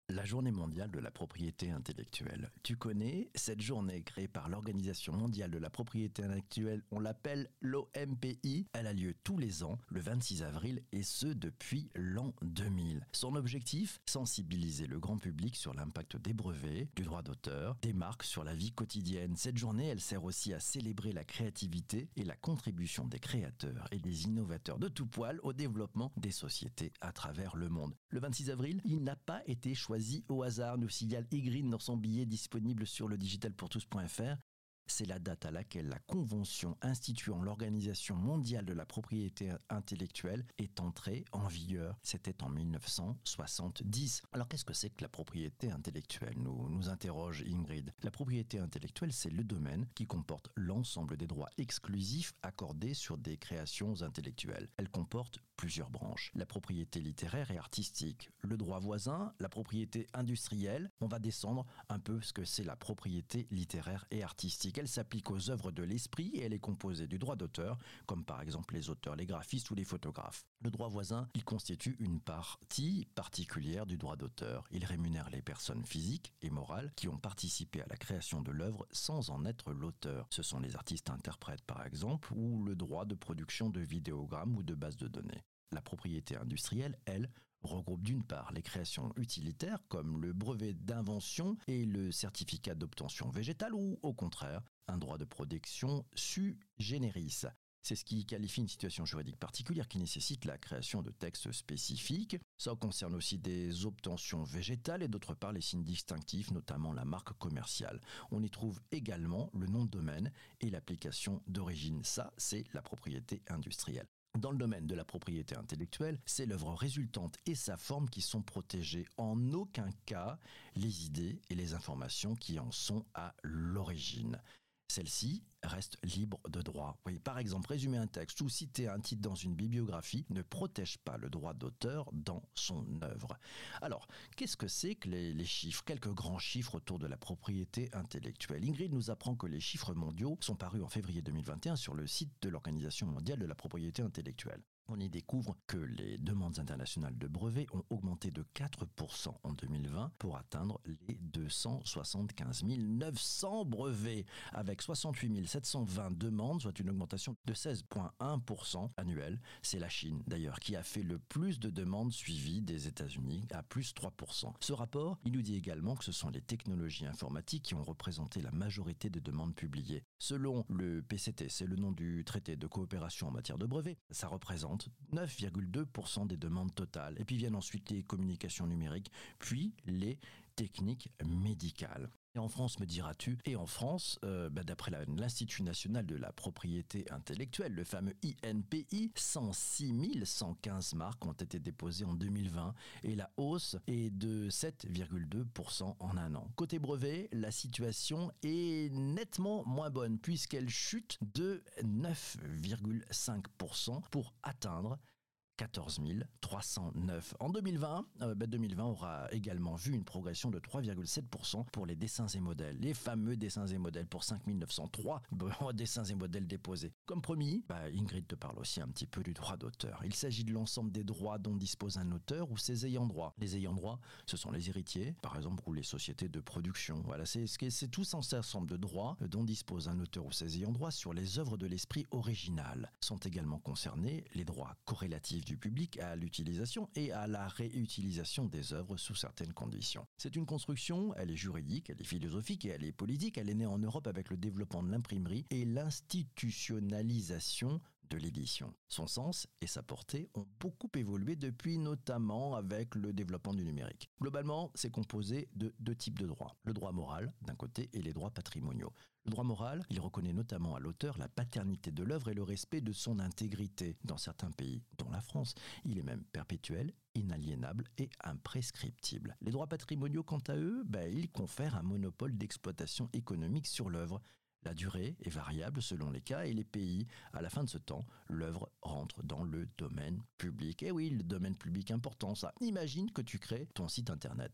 La journée mondiale de la propriété intellectuelle. Tu connais cette journée créée par l'Organisation mondiale de la propriété intellectuelle, on l'appelle l'OMPI. Elle a lieu tous les ans, le 26 avril, et ce depuis l'an 2000. Son objectif, sensibiliser le grand public sur l'impact des brevets, du droit d'auteur, des marques sur la vie quotidienne. Cette journée, elle sert aussi à célébrer la créativité et la contribution des créateurs et des innovateurs de tout poil au développement des sociétés à travers le monde. Le 26 avril, il n'a pas été choisi au hasard, nous signale Ingrid dans son billet disponible sur le digitalpourtous.fr. C'est la date à laquelle la convention instituant l'Organisation mondiale de la propriété intellectuelle est entrée en vigueur. C'était en 1970. Alors qu'est-ce que c'est que la propriété intellectuelle ? Nous interroge Ingrid. La propriété intellectuelle, c'est le domaine qui comporte l'ensemble des droits exclusifs accordés sur des créations intellectuelles. Elle comporte plusieurs branches. La propriété littéraire et artistique, le droit voisin, la propriété industrielle. On va descendre un peu ce que c'est la propriété littéraire et artistique. Elle s'applique aux œuvres de l'esprit et elle est composée du droit d'auteur, comme par exemple les auteurs, les graphistes ou les photographes. Le droit voisin, il constitue une partie particulière du droit d'auteur. Il rémunère les personnes physiques et morales qui ont participé à la création de l'œuvre sans en être l'auteur. Ce sont les artistes-interprètes par exemple, ou le droit de production de vidéogrammes ou de bases de données. La propriété industrielle, elle, regroupe d'une part les créations utilitaires comme le brevet d'invention et le certificat d'obtention végétale ou au contraire un droit de protection sui generis. C'est ce qui qualifie une situation juridique particulière qui nécessite la création de textes spécifiques. Ça concerne aussi des obtentions végétales et d'autre part les signes distinctifs, notamment la marque commerciale. On y trouve également le nom de domaine et l'application d'origine. Ça, c'est la propriété industrielle. Dans le domaine de la propriété intellectuelle, c'est l'œuvre résultante et sa forme qui sont protégées. En aucun cas, les idées et les informations qui en sont à l'origine. Celle-ci reste libre de droit. Oui, par exemple, résumer un texte ou citer un titre dans une bibliographie ne protège pas le droit d'auteur dans son œuvre. Alors, qu'est-ce que c'est que les chiffres ? Quelques grands chiffres autour de la propriété intellectuelle. Ingrid nous apprend que les chiffres mondiaux sont parus en février 2021 sur le site de l'Organisation mondiale de la propriété intellectuelle. On y découvre que les demandes internationales de brevets ont augmenté de 4% en 2020 pour atteindre les 275 900 brevets, avec 68 720 demandes, soit une augmentation de 16,1% annuelle. C'est la Chine, d'ailleurs, qui a fait le plus de demandes suivies des États-Unis, à plus 3%. Ce rapport, il nous dit également que ce sont les technologies informatiques qui ont représenté la majorité des demandes publiées. Selon le PCT, c'est le nom du traité de coopération en matière de brevets, ça représente 9,2% des demandes totales. Et puis viennent ensuite les communications numériques, puis les techniques médicales. Et en France, me diras-tu, et en France, d'après l'Institut national de la propriété intellectuelle, le fameux INPI, 106 115 marques ont été déposées en 2020 et la hausse est de 7,2% en un an. Côté brevet, la situation est nettement moins bonne puisqu'elle chute de 9,5% pour atteindre 14 309. En 2020, 2020 aura également vu une progression de 3,7% pour les dessins et modèles. Les fameux dessins et modèles pour 5 903 dessins et modèles déposés. Comme promis, Ingrid te parle aussi un petit peu du droit d'auteur. Il s'agit de l'ensemble des droits dont dispose un auteur ou ses ayants droit. Les ayants droit, ce sont les héritiers, par exemple, ou les sociétés de production. Voilà, c'est tout un ensemble de droits dont dispose un auteur ou ses ayants droit sur les œuvres de l'esprit original. Sont également concernés les droits corrélatifs du public à l'utilisation et à la réutilisation des œuvres sous certaines conditions. C'est une construction, elle est juridique, elle est philosophique et elle est politique. Elle est née en Europe avec le développement de l'imprimerie et l'institutionnalisation de l'édition. Son sens et sa portée ont beaucoup évolué depuis, notamment avec le développement du numérique. Globalement, c'est composé de deux types de droits. Le droit moral, d'un côté, et les droits patrimoniaux. Le droit moral, il reconnaît notamment à l'auteur la paternité de l'œuvre et le respect de son intégrité. Dans certains pays, dont la France, il est même perpétuel, inaliénable et imprescriptible. Les droits patrimoniaux, quant à eux, ils confèrent un monopole d'exploitation économique sur l'œuvre. La durée est variable selon les cas et les pays. À la fin de ce temps, l'œuvre rentre dans le domaine public. Et oui, le domaine public important, ça. Imagine que tu crées ton site internet.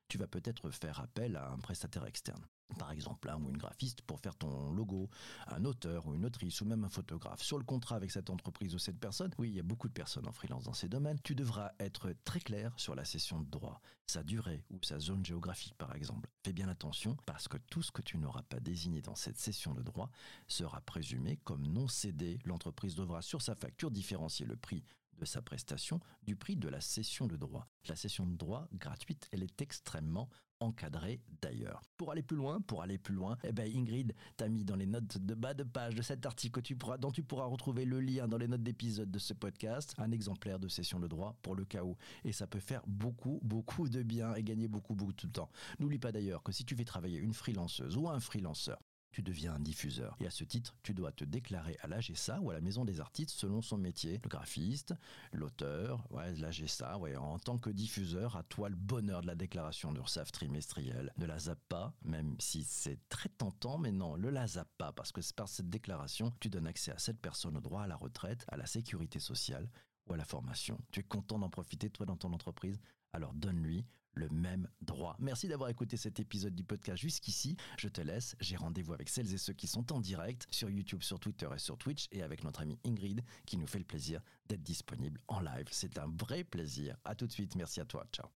tu vas peut-être faire appel à un prestataire externe. Par exemple, ou une graphiste pour faire ton logo, un auteur ou une autrice ou même un photographe. Sur le contrat avec cette entreprise ou cette personne, oui, il y a beaucoup de personnes en freelance dans ces domaines, tu devras être très clair sur la cession de droit, sa durée ou sa zone géographique par exemple. Fais bien attention parce que tout ce que tu n'auras pas désigné dans cette cession de droit sera présumé comme non cédé. L'entreprise devra sur sa facture différencier le prix de sa prestation du prix de la cession de droit. La cession de droit gratuite, elle est extrêmement encadrée d'ailleurs. Pour aller plus loin, Ingrid t'a mis dans les notes de bas de page de cet article dont tu pourras retrouver le lien dans les notes d'épisode de ce podcast, un exemplaire de cession de droit pour le cas où. Et ça peut faire beaucoup de bien et gagner beaucoup de temps. N'oublie pas d'ailleurs que si tu fais travailler une freelanceuse ou un freelanceur, tu deviens un diffuseur. Et à ce titre, tu dois te déclarer à l'AGESA ou à la Maison des artistes selon son métier. Le graphiste, l'auteur, l'AGESA, en tant que diffuseur, à toi le bonheur de la déclaration d'URSSAF trimestrielle. Ne la zappe pas, même si c'est très tentant, mais non, ne la zappe pas, parce que c'est par cette déclaration, tu donnes accès à cette personne au droit à la retraite, à la sécurité sociale ou à la formation. Tu es content d'en profiter, toi, dans ton entreprise? Alors donne-lui le même droit. Merci d'avoir écouté cet épisode du podcast jusqu'ici. Je te laisse. J'ai rendez-vous avec celles et ceux qui sont en direct sur YouTube, sur Twitter et sur Twitch et avec notre amie Ingrid qui nous fait le plaisir d'être disponible en live. C'est un vrai plaisir. À tout de suite. Merci à toi. Ciao.